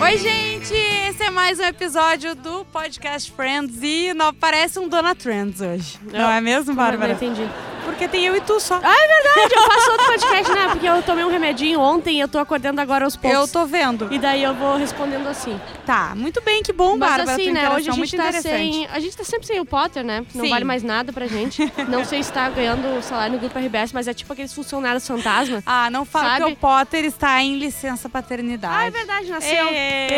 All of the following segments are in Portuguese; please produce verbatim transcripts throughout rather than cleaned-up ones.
Oi, gente! Esse é mais um episódio do Podcast Friends e não parece um Dona Trends hoje. Não, não é mesmo, Bárbara? Não entendi. Porque tem eu e tu só. Ah, é verdade! Eu faço outro podcast, né? Porque eu tomei um remedinho ontem e eu tô acordando agora aos poucos. Eu tô vendo. E daí eu vou respondendo assim. Tá, muito bem, que bom, Mas Bárbara. assim, né? Hoje a gente tá interessante. sem... A gente tá sempre sem o Potter, né? Não Sim. vale mais nada pra gente. Não sei se tá ganhando salário no Grupo R B S, mas é tipo aqueles funcionários fantasma. Ah, não fala sabe? que o Potter está em licença paternidade. Ah, é verdade, nasceu. Êêê.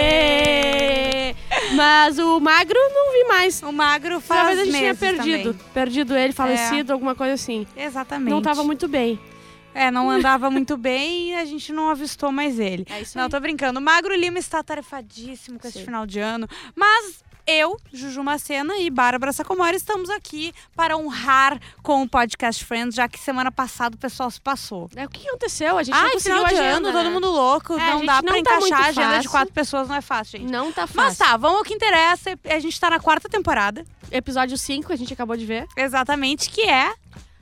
Êêê. Mas o Magro não vi mais. O Magro faz Talvez a gente tinha meses perdido. também. Perdido ele, falecido, é. alguma coisa assim. Exatamente. Não tava muito bem. É, não andava muito bem e a gente não avistou mais ele. É isso não, aí. tô brincando. O Magro Lima está atarefadíssimo com Sim. esse final de ano. Mas eu, Juju Macena e Bárbara Sacomori estamos aqui para honrar com o Podcast Friends, já que semana passada o pessoal se passou. É, o que aconteceu? A gente Ai, não conseguiu final de agenda, ano, né? todo mundo louco. É, a não gente dá não pra tá encaixar muito a agenda fácil. de quatro pessoas, não é fácil, gente. Não tá fácil. Mas tá, vamos ao que interessa. A gente tá na quarta temporada. Episódio cinco, a gente acabou de ver. Exatamente, que é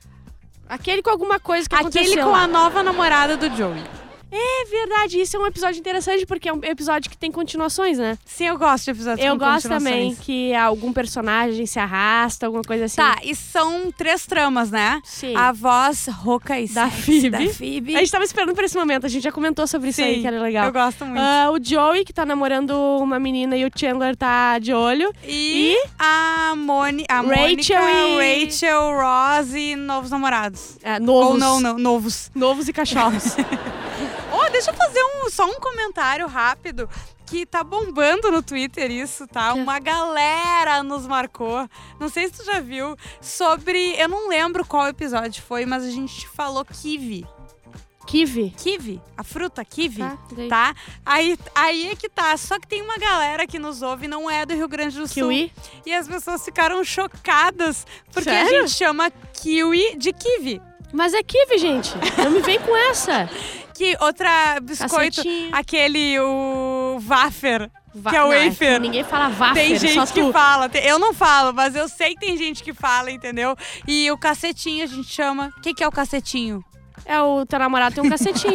Aquele com alguma coisa que aquele aconteceu. com a nova namorada do Joey. É verdade, isso é um episódio interessante, porque é um episódio que tem continuações, né? Sim, eu gosto de episódios Eu com gosto também continuações. que algum personagem se arrasta, alguma coisa assim. Tá, e são três tramas, né? Sim. A voz rouca e Da sexy Phoebe. da Phoebe. A gente tava esperando por esse momento, a gente já comentou sobre isso Sim, aí, que era legal. eu gosto muito. Ah, o Joey, que tá namorando uma menina e o Chandler tá de olho. E, a, Moni, a Rachel Mônica, e- Rachel, Ross e novos namorados. É, novos. Ou não, não, novos. Novos e cachorros. Oh, deixa eu fazer um, só um comentário rápido. Que tá bombando no Twitter isso, tá? Que? Uma galera nos marcou. Não sei se tu já viu. Sobre... Eu não lembro qual episódio foi, mas a gente falou kiwi. Kiwi. Kiwi, a fruta kiwi, Tá, daí. tá? Aí, aí é que tá. Só que tem uma galera que nos ouve, não é do Rio Grande do Sul. Kiwi. E as pessoas ficaram chocadas porque Sério? a gente chama kiwi de kiwi. Mas é kiwi, gente. Não me vem com essa. Que outra biscoito, Cacetinho. aquele, o wafer, Va- que é o não, wafer. que ninguém fala wafer, Tem só gente que tu. fala, tem- eu não falo, mas eu sei que tem gente que fala, entendeu? E o cacetinho a gente chama. O que, que é o cacetinho? É, o teu namorado tem um cacetinho.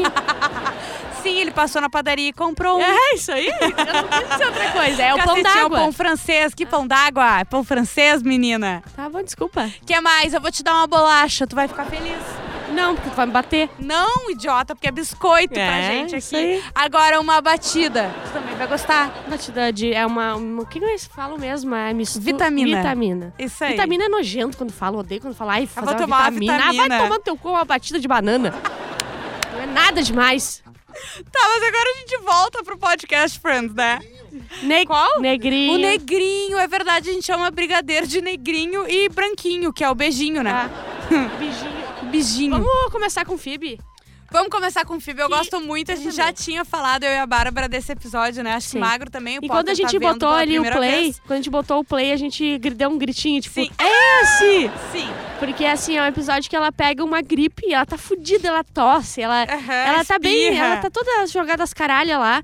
Sim, ele passou na padaria e comprou um. É isso aí. Eu não quis dizer outra coisa. É o pão Cacetinho é o d'água. pão francês. Que pão d'água? É pão francês, menina. Tá bom, desculpa. Que mais? Eu vou te dar uma bolacha, tu vai ficar feliz. Não, porque tu vai me bater. Não, idiota, porque é biscoito pra É, gente isso aqui. aí. Agora uma batida. Tu também vai gostar. Batida de... É uma... uma- O que eles falam mesmo? É mistura... Vitamina. Vitamina. Isso aí. Vitamina é nojento quando fala. Odeio quando fala. Ai, fazer vou uma tomar uma vitamina. Ah, vitamina. vai tomar no teu cu uma batida de banana. Não é nada demais. Tá, mas agora a gente volta pro Podcast Friends, né? Ne... Qual? Negrinho. O negrinho, é verdade, a gente chama brigadeiro de negrinho e branquinho, que é o beijinho, né? Ah, beijinho. Beijinho. Vamos, Vamos começar com Phoebe? Vamos começar com o Phoebe, eu Que- gosto muito, a eu gente também. já tinha falado, eu e a Bárbara, desse episódio, né? Acho que Sim. o Magro também, o E Potter quando a gente tá vendo botou pela ali o primeira play, vez. quando a gente botou o play, a gente gri- deu um gritinho, tipo, Sim. esse! Sim. Porque, assim, é um episódio que ela pega uma gripe, ela tá fudida, ela tosse, ela, Aham, ela tá bem, espirra. ela tá toda jogada às caralhas lá,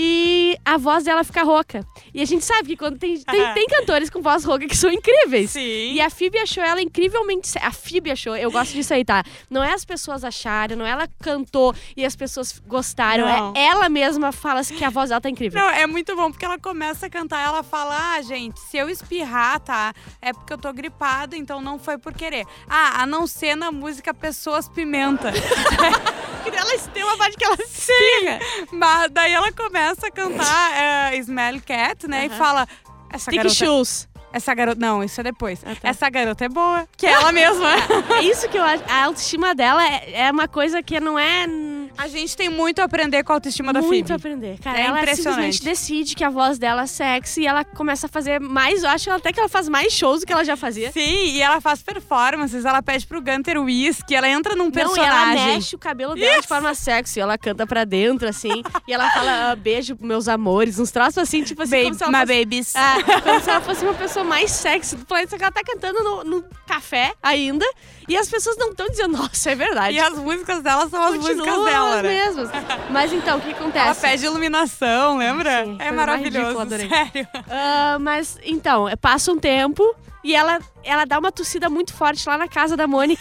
e a voz dela fica rouca. E a gente sabe que quando tem, tem, Aham. tem cantores com voz rouca que são incríveis. Sim. E a Phoebe achou ela incrivelmente... sé- A Phoebe achou, eu gosto disso aí, tá? Não é as pessoas acharam, não é ela cantou e as pessoas gostaram, Não. é ela mesma fala que a voz dela tá incrível. Não, é muito bom, porque ela começa a cantar, ela fala, ah, gente, se eu espirrar, tá, é porque eu tô gripada, então não foi por querer. Ah, a não ser na música Pessoas Pimenta. Que ela tem uma parte que ela espirra. Mas daí ela começa a cantar é, Smell Cat, né, e Aham. fala, essa Stick garota... shoes. Essa garota... Não, isso é depois. Ah, tá. Essa garota é boa, que é ela mesma. É isso que eu acho. A autoestima dela é, é uma coisa que não é A gente tem muito a aprender com a autoestima da muito Phoebe. a aprender. Cara, É ela impressionante. simplesmente decide que a voz dela é sexy e ela começa a fazer mais. Eu acho até que ela faz mais shows do que ela já fazia. Sim, e ela faz performances, ela pede pro Gunter Whisky, ela entra num Não, e personagem. ela mexe o cabelo dela de forma sexy. Ela canta pra dentro, assim. E ela fala, ah, beijo, meus amores. Uns troços assim, tipo assim, como Baby, se ela my fosse... babies. Ah, como se ela fosse uma pessoa mais sexy do planeta. Só que ela tá cantando no, no café ainda. E as pessoas não estão dizendo, nossa, é verdade. E as músicas dela são as Continuam músicas dela, as né? mesmas. Mas então, o que acontece? Ela pede iluminação, lembra? Sim, é coisa mais maravilhoso, ridícula, adorei. sério. Ah, mas, então, passa um tempo e ela, ela dá uma tossida muito forte lá na casa da Mônica.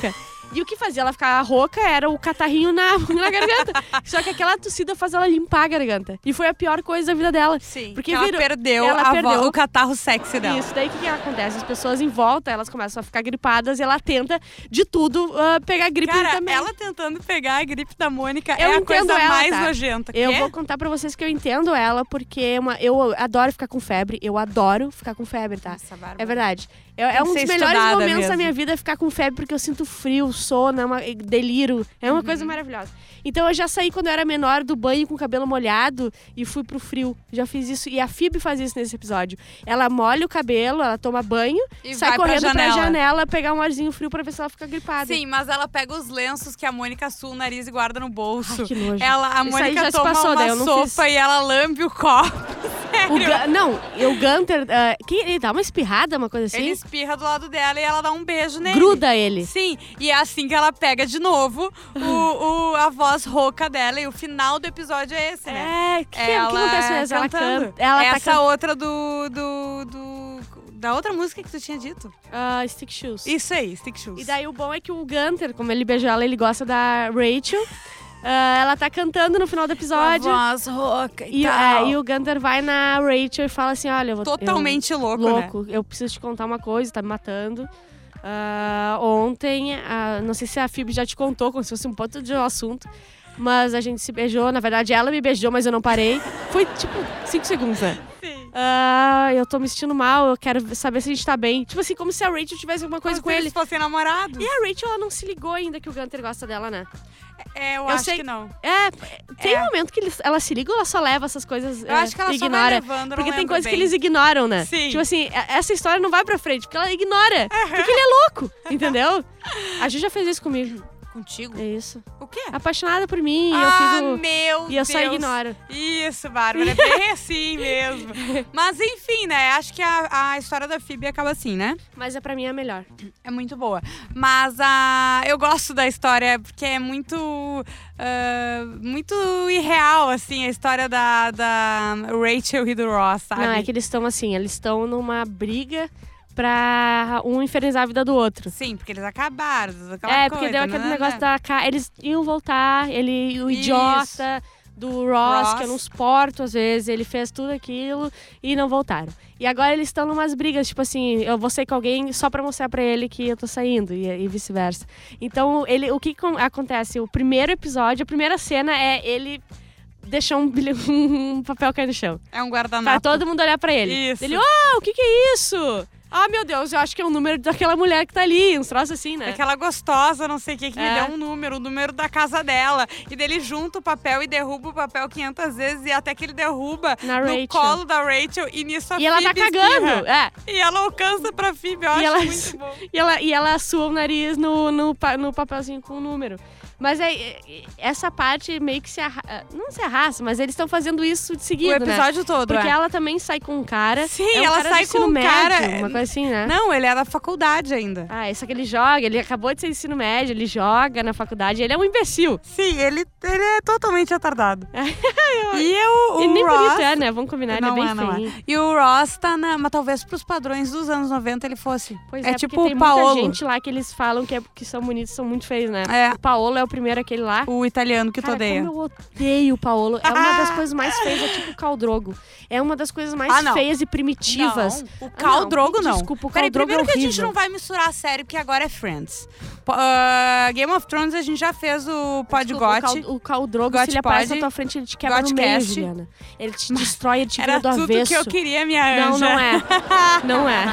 E o que fazia ela ficar rouca era o catarrinho na, na garganta. Só que aquela tossida faz ela limpar a garganta. E foi a pior coisa da vida dela. Sim, porque ela virou, perdeu, ela a perdeu vo- o catarro sexy dela. Isso, daí o que, que acontece? As pessoas em volta, elas começam a ficar gripadas e ela tenta, de tudo, uh, pegar gripe Cara, também. ela tentando pegar a gripe da Mônica Eu é a entendo coisa ela, mais tá? nojenta. Eu Quê? vou contar pra vocês que eu entendo ela, porque é uma, eu adoro ficar com febre. Eu adoro ficar com febre, tá? Nossa, Bárbara. É verdade. É, Tem é que um ser dos melhores estudada momentos mesmo. da minha vida ficar com febre, porque eu sinto frio, sono, é uma, deliro. É uma Uhum. coisa maravilhosa. Então eu já saí quando eu era menor do banho com o cabelo molhado e fui pro frio. Já fiz isso. E a Phoebe faz isso nesse episódio. Ela molha o cabelo, ela toma banho, E sai vai pra correndo pra janela. janela, pegar um arzinho frio pra ver se ela fica gripada. Sim, mas ela pega os lenços que a Mônica sua o nariz e guarda no bolso. Ai, que nojo. Ela, a Isso aí Mônica já se toma passou, uma daí eu não sopa fiz. e ela lambe o copo. O Gun- não, e o Gunter, uh, que, ele dá uma espirrada, uma coisa assim. Ele espirra do lado dela e ela dá um beijo nele. Gruda ele. Sim, e é assim que ela pega de novo o, o- a voz rouca dela. E o final do episódio é esse, né? É, que, que, que acontece mesmo? Ela cantando. canta. Ela tá Essa can- outra do, do, do- da outra música que tu tinha dito. Ah, Stick Shoes. Isso aí, Stick Shoes. E daí o bom é que o Gunter, como ele beijou ela, ele gosta da Rachel. Ah, ela tá cantando no final do episódio. A voz rouca e, E, tal. é, e o Gunter vai na Rachel e fala assim, olha, eu vou... Totalmente eu, louco, né? louco, eu preciso te contar uma coisa, tá me matando. Ah, ontem, ah, não sei se a Phoebe já te contou, como se fosse um ponto de assunto, mas a gente se beijou, na verdade ela me beijou, mas eu não parei. Foi tipo cinco segundos, né? Sim. Ah, eu tô me sentindo mal, eu quero saber se a gente tá bem. Tipo assim, como se a Rachel tivesse alguma coisa Como com se ele. eles fossem namorados. E a Rachel, ela não se ligou ainda que o Gunter gosta dela, né? É, eu, Eu acho sei- que não. É, tem É. um momento que eles, ela se liga ou ela só leva essas coisas Eu é, acho que ela e só vai ignora? levando, eu não Porque tem lembro coisas bem. que eles ignoram, né? Sim. Tipo assim, a- essa história não vai pra frente, porque ela ignora. Porque ele é louco, entendeu? A Ju já fez isso comigo. Contigo? É isso. O quê? Apaixonada por mim, ah, eu fico... meu E eu Deus. só ignoro. Isso, Bárbara, é bem assim mesmo. Mas enfim, né? Acho que a, a história da Phoebe acaba assim, né? Mas é pra mim a melhor. É muito boa. Mas a, eu gosto da história porque é muito, ah, muito irreal, assim, a história da, da Rachel e do Ross, sabe? Não, é que eles estão assim, eles estão numa briga pra um infernizar a vida do outro. Sim, porque eles acabaram. Aquela É, porque coisa, deu aquele né, negócio né? da... ca- Eles iam voltar, ele, o Isso. idiota do Ross, Ross. que eu não suporto às vezes, ele fez tudo aquilo e não voltaram. E agora eles estão numas brigas, tipo assim, eu vou sair com alguém só pra mostrar pra ele que eu tô saindo e, e vice-versa. Então, ele, o que com- acontece? O primeiro episódio, a primeira cena é ele deixar um, bilhe- um papel cair no chão. É um Pra guardanapo. todo mundo olhar pra ele. Isso. Ele, oh, o que que é isso? Ah, meu Deus, eu acho que é o número daquela mulher que tá ali, uns troços assim, né? Aquela gostosa, não sei o que, que É. me deu um número, o número da casa dela. E dele junta o papel e derruba o papel quinhentas vezes. E até que ele derruba Na no Rachel. colo da Rachel. E nisso a E ela tá Phoebe cagando, espirra. é. E ela alcança pra Phoebe, eu E acho ela- muito bom. E ela, e ela sua o nariz no, no, pa- no papelzinho com o número. Mas é, é- essa parte meio que se arrasta. Não se arrasta, mas eles estão fazendo isso de O seguido, né? episódio todo, Porque é. ela também sai com um cara. Sim, é um ela cara do sai ensino com um médio, cara- uma coisa assim, né? Não, ele é da faculdade ainda. Ah, isso que ele joga, ele acabou de ser ensino médio, ele joga na faculdade, ele é um imbecil. Sim, ele, ele é totalmente retardado. E eu, o e nem Ross... bonito é, né? Vamos combinar, Não ele é é, bem não feio. é. E o Ross tá na... Mas talvez pros padrões dos anos noventa ele fosse. Pois é, é, tipo porque tem o Paolo. muita gente lá que eles falam que, é, que são bonitos, são muito feios, né? É. O Paolo é o primeiro, aquele lá. O italiano que tu Cara, odeia. como eu odeio o Paolo. É uma das coisas mais feias, é tipo o Khal Drogo. É uma das coisas mais Ah, não. feias e primitivas. Não, o Ah, Khal não. Drogo não. Desculpa, o Khal Peraí, Drogo primeiro é que a gente horrível. não vai misturar a série, porque agora é Friends. Po- ah, Game of Thrones a gente já fez o Pod Desculpa, Got. o Khal- O Khal Drogo, Got se ele aparece Pod, na tua frente, ele te quebra no meio, Gotcast. Juliana. Ele te destrói, ele te Era vira do tudo avesso. que eu queria, minha Não, anja. não é. Não é.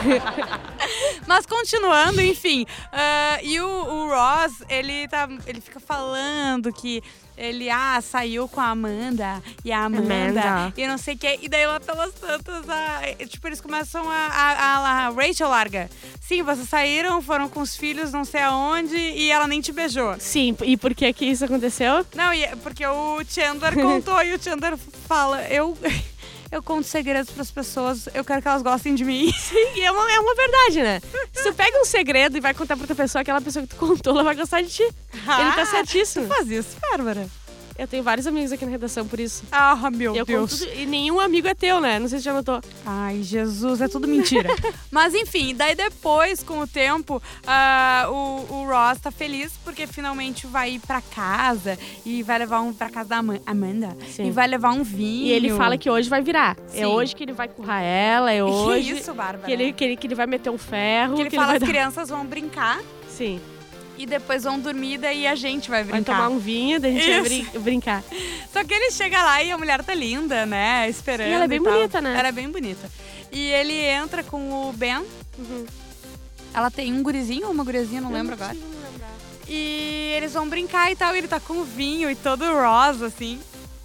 Mas continuando, enfim. ah, e o, o Ross, ele, tá, ele fica falando que ele ah, saiu com a Amanda e a Amanda, Amanda. e não sei o que. E daí lá pelas tantas, a, tipo, eles começam a, a, a, a Rachel larga. Sim, vocês saíram, foram com os filhos não sei aonde e ela nem te beijou. Sim, e por que que isso aconteceu? Não, e é porque o Chandler contou e o Chandler fala, eu... Eu conto segredos pras pessoas, eu quero que elas gostem de mim. E é uma, é uma verdade, né? Se tu pega um segredo e vai contar pra outra pessoa, aquela pessoa que tu contou, ela vai gostar de ti. Ele tá certíssimo. Tu faz isso, Bárbara? Eu tenho vários amigos aqui na redação, por isso. Ah, meu eu Deus. Tudo, e nenhum amigo é teu, né? Não sei se já notou. Ai, Jesus, é tudo mentira. Mas enfim, daí depois, com o tempo, uh, o, o Ross tá feliz porque finalmente vai ir pra casa e vai levar um pra casa da Amanda. Sim. E vai levar um vinho. E ele fala que hoje vai virar. Sim. É hoje que ele vai currar ela, é hoje. Isso, Bárbara. Que ele, que, ele, que ele vai meter um ferro. Que ele que fala ele as vai crianças dar... vão brincar. Sim. E depois vão dormir, daí a gente vai brincar. Vai tomar um vinho, daí a gente Isso. vai brin- brincar. Só que ele chega lá e a mulher tá linda, né? Esperando. E ela é bem e tal. bonita, né? Ela é bem bonita. E ele entra com o Ben. Uhum. Ela tem um gurizinho ou uma gurizinha, não Eu lembro não agora. consigo me lembrar. E eles vão brincar e tal. E ele tá com vinho e todo rosa, assim.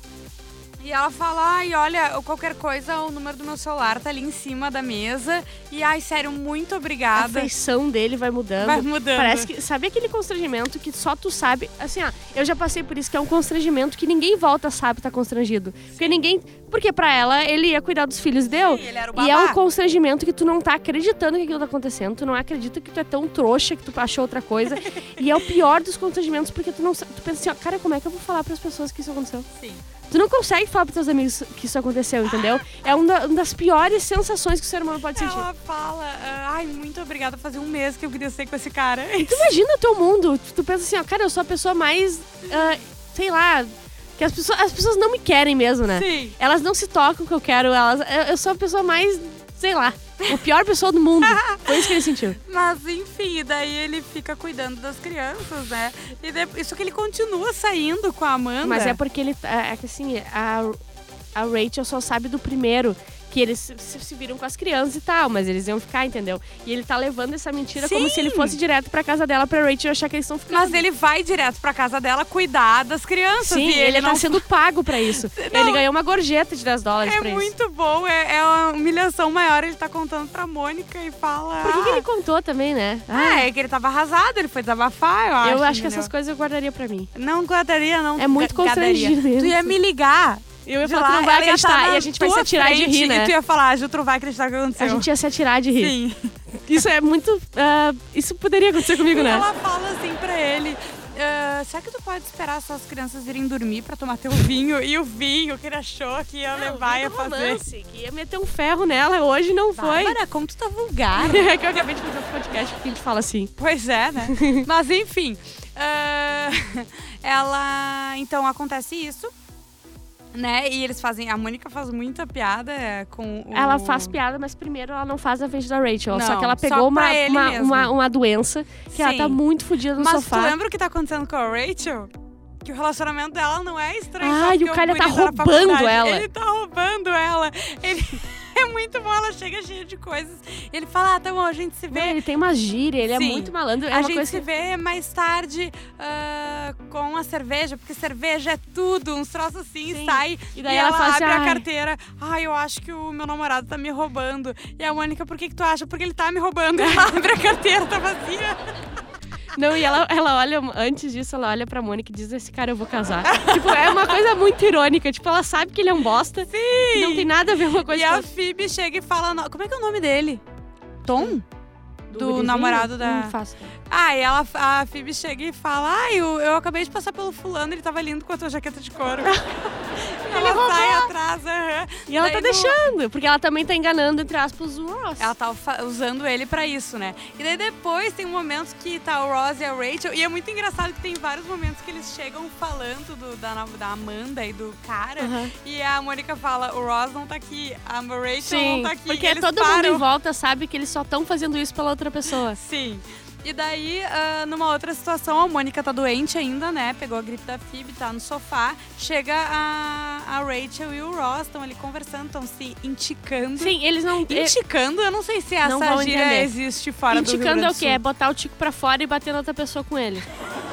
E ela fala, ai, olha, qualquer coisa, o número do meu celular tá ali em cima da mesa. E, ai, sério, muito obrigada. A feição dele vai mudando. Vai mudando. Parece que, sabe aquele constrangimento que só tu sabe? Assim, ah, eu já passei por isso, que é um constrangimento que ninguém volta sabe tá constrangido. Porque ninguém... Porque pra ela, ele ia cuidar dos filhos, deu. Sim, ele era o E é babá. um constrangimento que tu não tá acreditando que aquilo tá acontecendo. Tu não acredita que tu é tão trouxa que tu achou outra coisa. E é o pior dos constrangimentos, porque tu não sabe... Tu pensa assim, ó, cara, como é que eu vou falar pras pessoas que isso aconteceu? Sim. Tu não consegue falar pros teus amigos que isso aconteceu, entendeu? É uma das piores sensações que o ser humano pode sentir. Ela fala, ai, muito obrigada, fazia um mês que eu queria ser com esse cara. Tu imagina o teu mundo, tu pensa assim, ó, cara, eu sou a pessoa mais, uh, sei lá, que as pessoas, as pessoas não me querem mesmo, né? Sim. Elas não se tocam que eu quero, elas, eu, eu sou a pessoa mais, sei lá, a pior pessoa do mundo. Foi isso que ele sentiu. Mas enfim, daí ele fica cuidando das crianças, né? E de... Isso que ele continua saindo com a Amanda. Mas é porque ele, é que assim, a, a Rachel só sabe do primeiro, que eles se, se viram com as crianças e tal, mas eles iam ficar, entendeu? E ele tá levando essa mentira Sim. como se ele fosse direto pra casa dela, pra Rachel achar que eles estão ficando. Mas ele vai direto pra casa dela cuidar das crianças. Sim, e ele, ele tá não... sendo pago pra isso. Não. Ele ganhou uma gorjeta de dez dólares É pra isso. muito bom, é, é uma humilhação maior. Ele tá contando pra Mônica e fala... Por que, que ah, ele contou também, né? Ah, é que ele tava arrasado, ele foi desabafar, eu acho. eu acho que entendeu? essas coisas eu guardaria pra mim. Não guardaria, não. É muito Ga- constrangido guardaria. Tu ia isso. me ligar. Eu ia de falar, tu lá, não vai ela ia acreditar, tá na e a gente vai se tua atirar de frente, rir, né? E tu ia falar, Ju, tu não vai acreditar no que aconteceu. A gente ia se atirar de rir. Sim. Isso é muito... ah, isso poderia acontecer comigo, E né? ela fala assim pra ele, ah, será que tu pode esperar só as crianças irem dormir pra tomar teu vinho? E o vinho que ele achou que ia levar e ia fazer. Romance, que ia meter um ferro nela, hoje não foi. Bárbara, como tu tá vulgar. É que eu acabei de fazer outro podcast porque a gente fala assim. Pois é, né? Mas enfim, ah, ela... Então acontece isso. Né? E eles fazem... A Mônica faz muita piada com o... Ela faz piada, mas primeiro ela não faz na frente da Rachel. Não, só que ela só pegou uma, pra ele uma, mesmo. uma, uma doença que ela Sim. tá muito fodida no Mas sofá. tu lembra o que tá acontecendo com a Rachel? Que o relacionamento dela não é estranho. Ai, só porque o cara tá guri da roubando faculdade. ela. Ele tá roubando ela. Ele... É muito bom, ela chega cheia de coisas. E ele fala, ah, tá bom, a gente se vê. Não, ele tem uma gíria, ele Sim. é muito malandro. É a uma gente coisa se que... vê mais tarde ah, com a cerveja, porque cerveja é tudo, uns troços assim, Sim. sai. E daí ela fala abre assim, a "Ai." carteira. Ai, eu acho que o meu namorado tá me roubando. E a Mônica, por que que tu acha? Porque ele tá me roubando. Ela abre a carteira, tá vazia. Não, e ela, ela olha, antes disso, ela olha pra Mônica e diz, esse cara eu vou casar. Tipo, é uma coisa muito irônica. Tipo, ela sabe que ele é um bosta. Sim. Não tem nada a ver uma coisa E com a outra. Phoebe chega e fala... no- Como é que é o nome dele? Tom? Do gurizinho? namorado da... Não faço. Ah, e ela, a Phoebe chega e fala... Ai, eu, eu acabei de passar pelo fulano, ele tava lindo com a tua jaqueta de couro. Ela sai atrás, aham. E ela Daí tá no- deixando, porque ela também tá enganando, entre aspas, o Ross. Ela tá fa- usando ele pra isso, né? E daí depois tem um momento que tá o Ross e a Rachel. E é muito engraçado que tem vários momentos que eles chegam falando do- da, da Amanda e do cara. Aham. E a Mônica fala, o Ross não tá aqui, a Rachel Sim, não tá aqui. porque e eles todo param. mundo em volta sabe que eles só estão fazendo isso pela outra pessoa. Sim. E daí, ah, numa outra situação, a Mônica tá doente ainda, né? Pegou a gripe da Phoebe, tá no sofá. Chega a, a Rachel e o Ross, estão ali conversando, estão se inticando. Sim, eles não... Inticando? Eu não sei se Não essa vão gíria entender. existe fora do Rio Indicando Grande é do o quê? É Sul. botar o tico pra fora e bater na outra pessoa com ele.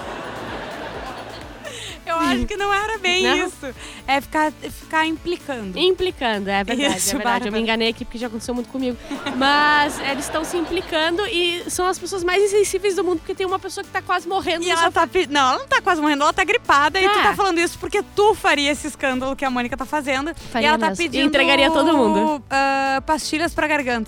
Eu acho que não era bem Não? isso. É ficar, ficar implicando. Implicando, é verdade, Isso, é verdade. Eu Bárbara. me enganei aqui porque já aconteceu muito comigo. Mas eles estão se implicando e são as pessoas mais insensíveis do mundo, porque tem uma pessoa que tá quase morrendo E no ela sofá. tá... pe- Não, ela não tá quase morrendo, ela tá gripada. E tu Tá. tá falando isso porque tu faria esse escândalo que a Mônica tá fazendo. Faria e ela tá mesmo. E pedindo... entregaria todo mundo. ah, pastilhas pra garganta.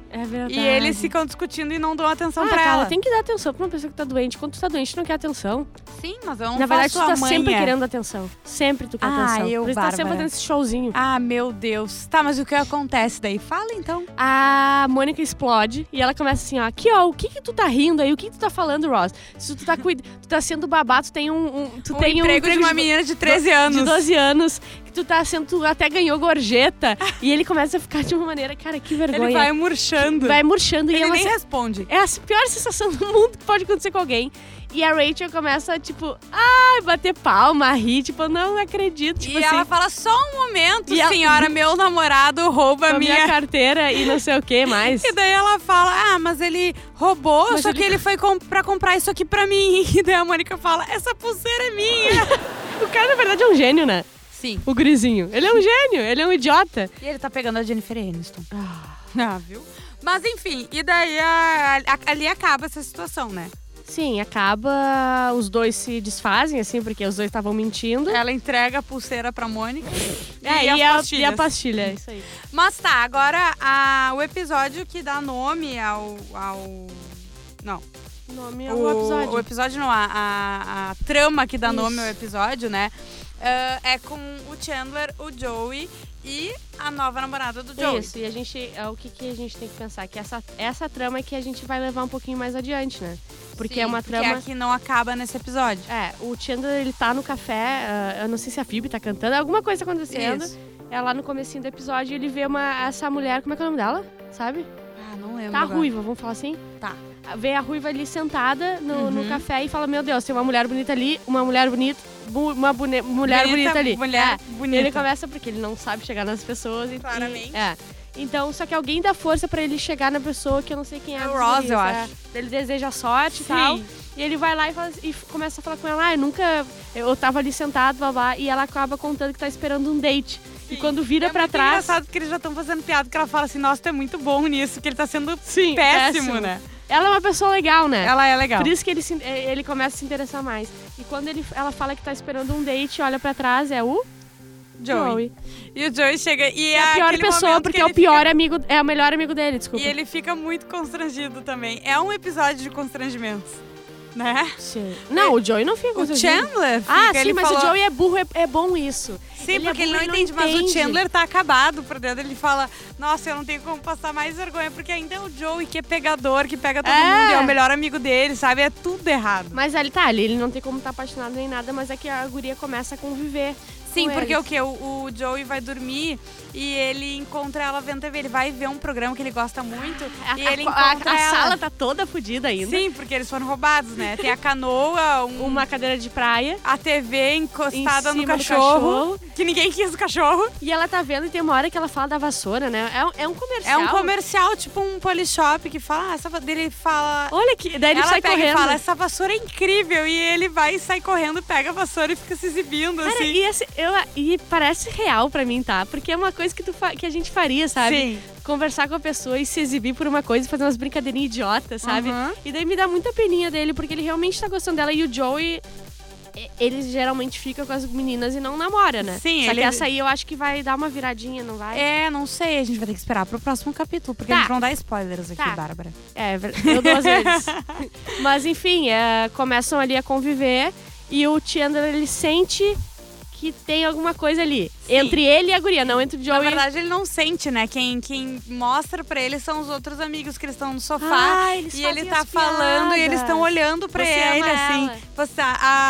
É verdade. E eles ficam discutindo e não dão atenção ah, pra cara, ela. tem que dar atenção pra uma pessoa que tá doente. Quando tu tá doente, tu não quer atenção. Sim, mas eu não Na verdade, faço tu tá a manha. sempre querendo atenção. Sempre tu quer Ah, atenção. eu, Por isso tu tá sempre Bárbara. fazendo esse showzinho. Ah, meu Deus. Tá, mas o que acontece daí? Fala, então. A Mônica explode e ela começa assim, ó, aqui ó, o que que tu tá rindo aí? O que que tu tá falando, Ross? Se tu tá, cuid... tu tá sendo babá, tu tem um... um tu Um tem emprego um de uma menina de treze anos. De doze anos, que tu tá sendo, tu até ganhou gorjeta. E ele começa a ficar de uma maneira, cara, que vergonha. Ele vai murchando. Vai murchando. Ele e é uma nem se- responde. É a pior sensação do mundo que pode acontecer com alguém. E a Rachel começa, tipo, ai, bater palma, rir, tipo, eu não acredito. Tipo e assim, ela fala, só um momento, E ela- senhora, meu namorado rouba a a minha minha... carteira e não sei o que mais. E daí ela fala, ah, mas ele roubou, Mas só ele- que ele foi com... pra comprar isso aqui pra mim. E daí a Mônica fala, essa pulseira é minha. O cara, na verdade, é um gênio, né? Sim. O gurizinho. Ele é um gênio, ele é um idiota. E ele tá pegando a Jennifer Aniston. Ah, viu? Mas enfim, e daí a- a- ali acaba essa situação, né? Sim, acaba, os dois se desfazem, assim, porque os dois estavam mentindo. Ela entrega a pulseira pra Mônica. É, e, as e, a, pastilhas. e a pastilha, é isso aí. Mas tá, agora a- o episódio que dá nome ao... ao... Não. O nome é o episódio. O episódio não, a, a, a trama que dá Isso. nome ao episódio, né? ah, é com o Chandler, o Joey e a nova namorada do Joey. Isso, e a gente, é, o que, que a gente tem que pensar? Que essa, essa trama é que a gente vai levar um pouquinho mais adiante, né? Porque Sim, é uma porque trama... é que não acaba nesse episódio. É, o Chandler, ele tá no café, ah, eu não sei se a Phoebe tá cantando, alguma coisa acontecendo. Isso. É lá no comecinho do episódio, ele vê uma, essa mulher, como é que é o nome dela? Sabe? Ah, não lembro. Tá agora. ruiva, vamos falar assim? Tá. Vê a ruiva ali sentada no, Uhum. no café e fala, meu Deus, tem uma mulher bonita ali, uma mulher bonita, bu- uma bune- mulher bonita, ali. Mulher É. bonita. E ele começa porque ele não sabe chegar nas pessoas. E, Claramente. E, é. Então, só que alguém dá força pra ele chegar na pessoa que eu não sei quem é. É o dos Ross, guris, eu é. acho. Ele deseja sorte e Sim. tal. E ele vai lá e, fala, e começa a falar com ela, ah, eu nunca... Eu tava ali sentado, babá, e ela acaba contando que tá esperando um date. Sim. E quando vira é pra muito trás... engraçado que eles já estão fazendo piada, que ela fala assim, nossa, tu é muito bom nisso, que ele tá sendo Sim, péssimo, péssimo. né? Ela é uma pessoa legal, né? Ela é legal. Por isso que ele, se- ele começa a se interessar mais. E quando ele, ela fala que tá esperando um date, olha pra trás, é o Joey. Joey. E o Joey chega e É a pior aquele pessoa, momento porque que é o ele pior fica- amigo, é o melhor amigo dele, desculpa. E ele fica muito constrangido também. É um episódio de constrangimentos, né? Sim. Não, o Joey não fica O constrangido. Chandler fica, Ah, sim, ele mas falou... o Joey é burro, é, é bom isso. Sim, ele é porque ele burro, não ele entende, não mas o entende. Chandler tá acabado por dentro. Ele fala, nossa, eu não tenho como passar mais vergonha, porque ainda é o Joey que é pegador, que pega todo É. mundo, é o melhor amigo dele, sabe? É tudo errado. Mas ele tá ali, ele não tem como estar apaixonado nem nada, mas é que a guria começa a conviver. Sim, com porque eles. o que? O, o Joey vai dormir e ele encontra ela vendo T V. Ele vai ver um programa que ele gosta muito A, e ele a- encontra a, a ela. sala tá toda fodida ainda. Sim, porque eles foram roubados, né? Tem a canoa, um- Uma cadeira de praia. a T V encostada Em no cima do cachorro, cachorro. que ninguém quis o cachorro. E ela tá vendo e tem uma hora que ela fala da vassoura, né? É, um- é um É comercial. um comercial, tipo um polishop, que fala, ah, essa va- dele fala... Olha que. Daí ele ela sai pega correndo. e fala, essa vassoura é incrível. E ele vai e sai correndo, pega a vassoura e fica se exibindo, Cara, assim. e, esse, eu, e parece real pra mim, tá? Porque é uma coisa que, tu fa- que a gente faria, sabe? Sim. Conversar com a pessoa e se exibir por uma coisa e fazer umas brincadeirinhas idiotas, sabe? Uhum. E daí me dá muita peninha dele, porque ele realmente tá gostando dela. E o Joey, e- ele geralmente fica com as meninas e não namora, né? Sim, Só ele- que essa aí eu acho que vai dar uma viradinha, não vai? É, não sei, a gente vai ter que esperar pro próximo capítulo, porque Tá. a gente não dá spoilers aqui, Tá. Bárbara. É, ver- eu duas vezes. Mas enfim, é, começam ali a conviver e o Chandler, ele sente que tem alguma coisa ali. Sim. Entre ele e a guria, não entre o Na Joey. verdade, ele não sente, né? Quem, quem mostra pra ele são os outros amigos que eles estão no sofá. Ah, eles e fazem ele tá as falando e eles piadas. estão olhando pra Você ele, ama assim. ela. Você,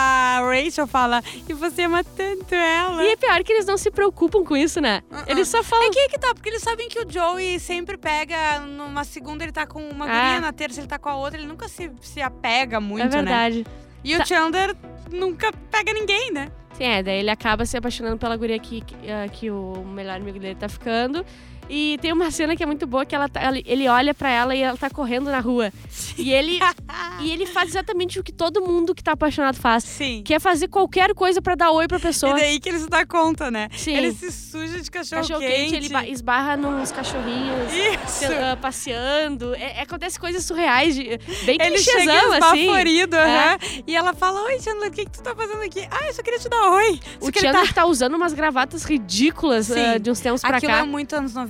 a Rachel fala, e você ama tanto ela. E é pior que eles não se preocupam com isso, né? Eles só falam. É que aí que tá, porque eles sabem que o Joey sempre pega, numa segunda ele tá com uma Ah. guria, na terça ele tá com a outra, ele nunca se, se apega muito, é verdade. né? E Tá. o Chandler nunca pega ninguém, né? Sim, é, daí ele acaba se apaixonando pela guria que, que, ah, que o melhor amigo dele tá ficando. E tem uma cena que é muito boa, que ela tá- ela- ele olha pra ela e ela tá correndo na rua. E ele, e ele faz exatamente o que todo mundo que tá apaixonado faz. Sim. Que é fazer qualquer coisa pra dar oi pra pessoa. E daí que ele se dá conta, né? Sim. Ele se suja de cachorro, Cachorro quente. quente, ele ba- esbarra nos cachorrinhos. Isso. se- ah, passeando. É, é- acontece coisas surreais, de, bem Ele chega clichêzão, assim. esbaforido, É. aham. E ela fala, oi, Chandler, o que, que tu tá fazendo aqui? Ah, eu só queria te dar oi. Só O que ele Chandler tá... tá usando umas gravatas ridículas Sim. ah, de uns tempos pra Aquilo cá. é muito anos noventa.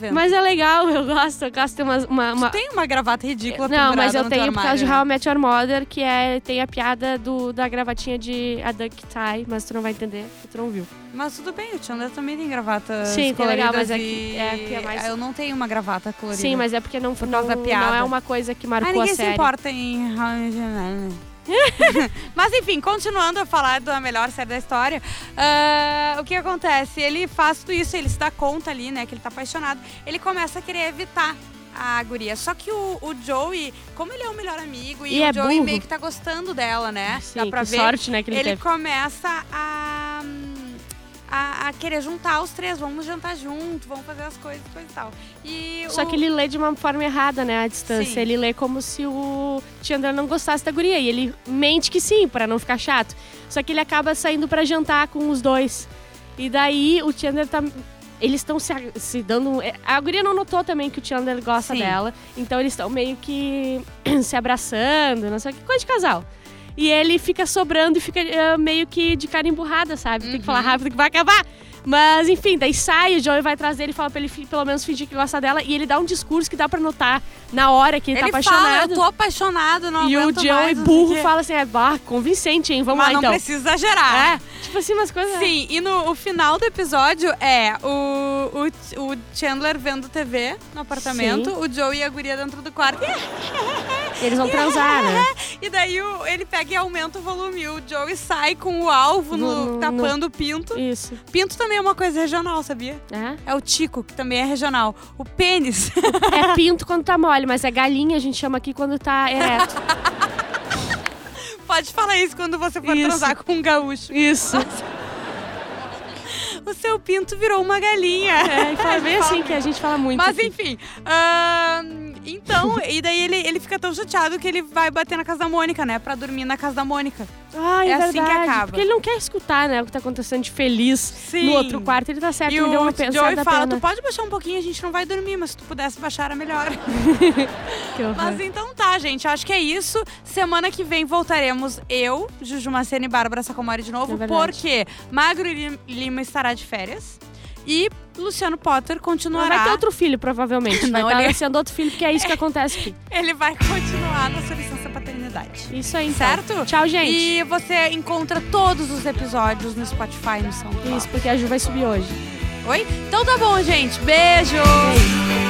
evento. Mas é legal, eu gosto. Eu gosto de ter uma... uma, uma... Tu tem uma gravata ridícula Não, mas eu no tenho teu por causa de armário, How I Met Your Mother, que é, tem a piada do, da gravatinha de a Duck Tie, mas tu não vai entender, porque tu não viu. Mas tudo bem, o Chandler também tem gravatas Sim, tem coloridas legal, mas é e... que- é que é mais- Eu não tenho uma gravata colorida. Sim, mas é porque não, Por não, causa da piada. não é uma coisa que Ah, marcou ninguém a se série. importa em How I Met Your Mother. Mas enfim, continuando a falar da melhor série da história, ah, o que acontece? Ele faz tudo isso, ele se dá conta ali, né, que ele tá apaixonado. Ele começa a querer evitar a guria. Só que o, o Joey, como ele é o melhor amigo e, E o é Joey burro. meio que tá gostando dela, né? Sim, Dá pra que ver. sorte, né, que ele, Ele teve. começa a, a, a querer juntar os três. Vamos jantar junto, vamos fazer as coisas, coisa e tal. E Só o- que ele lê de uma forma errada, né, a distância. Sim. Ele lê como se o Chandler não gostasse da guria. E ele mente que sim, pra não ficar chato. Só que ele acaba saindo pra jantar com os dois. E daí o Chandler tá... Eles estão se, se dando... A guria não notou também que o Chandler gosta Sim. dela. Então eles estão meio que se abraçando, não sei o que. Coisa de casal. E ele fica sobrando e fica eh, meio que de cara emburrada, sabe? Tem que falar rápido que vai acabar. Mas, enfim, daí sai, o Joey vai atrás dele e fala pra ele fi- pelo menos fingir que gosta dela. E ele dá um discurso que dá pra notar na hora que ele, Ele tá fala, apaixonado. eu tô apaixonado, não E o aguento Joey mais, não sei burro o quê. fala assim, é, bah, convincente, hein? Vamos Mas lá, não então. precisa exagerar. É, tipo assim, umas coisas... Sim, e no o final do episódio é o, o, o Chandler vendo T V no apartamento, Sim. o Joey e a guria dentro do quarto. Eles vão transar, né? E daí o, ele pega e aumenta o volume. O Joey sai com o alvo no, No- no- tapando o pinto. Isso. Pinto também é uma coisa regional, sabia? É. É o tico, que também é regional. O pênis. É pinto quando tá mole, mas é galinha, a gente chama aqui quando tá ereto. Pode falar isso quando você for Isso. transar com um gaúcho. Isso. O seu pinto virou uma galinha. É, e fala bem Fala assim que a gente fala muito Mas aqui. enfim, ahn, então, e daí ele, ele fica tão chateado que ele vai bater na casa da Mônica, né? Pra dormir na casa da Mônica. Ah, é, é assim que verdade, acaba. Porque ele não quer escutar, né, o que tá acontecendo de feliz Sim. no outro quarto. Ele tá certo, E ele deu o uma pe- Joey certa fala, pena. tu pode baixar um pouquinho, a gente não vai dormir, mas se tu pudesse baixar era melhor. Que horror. Mas então tá, gente, acho que é isso. Semana que vem voltaremos eu, Juju Macena e Bárbara Sacomori de novo, É verdade. porque Magro Lim- Lima estará de férias e Luciano Potter Não, continuará. vai ter outro filho, provavelmente. Não, vai estar ele- nascendo outro filho, porque é isso que acontece aqui. Ele vai continuar na sua licença paternidade. Isso aí, então. Certo? Tchau, gente. E você encontra todos os episódios no Spotify e no SoundCloud. Isso, porque a Ju vai subir hoje. Oi? Então tá bom, gente. Beijo! Beijo.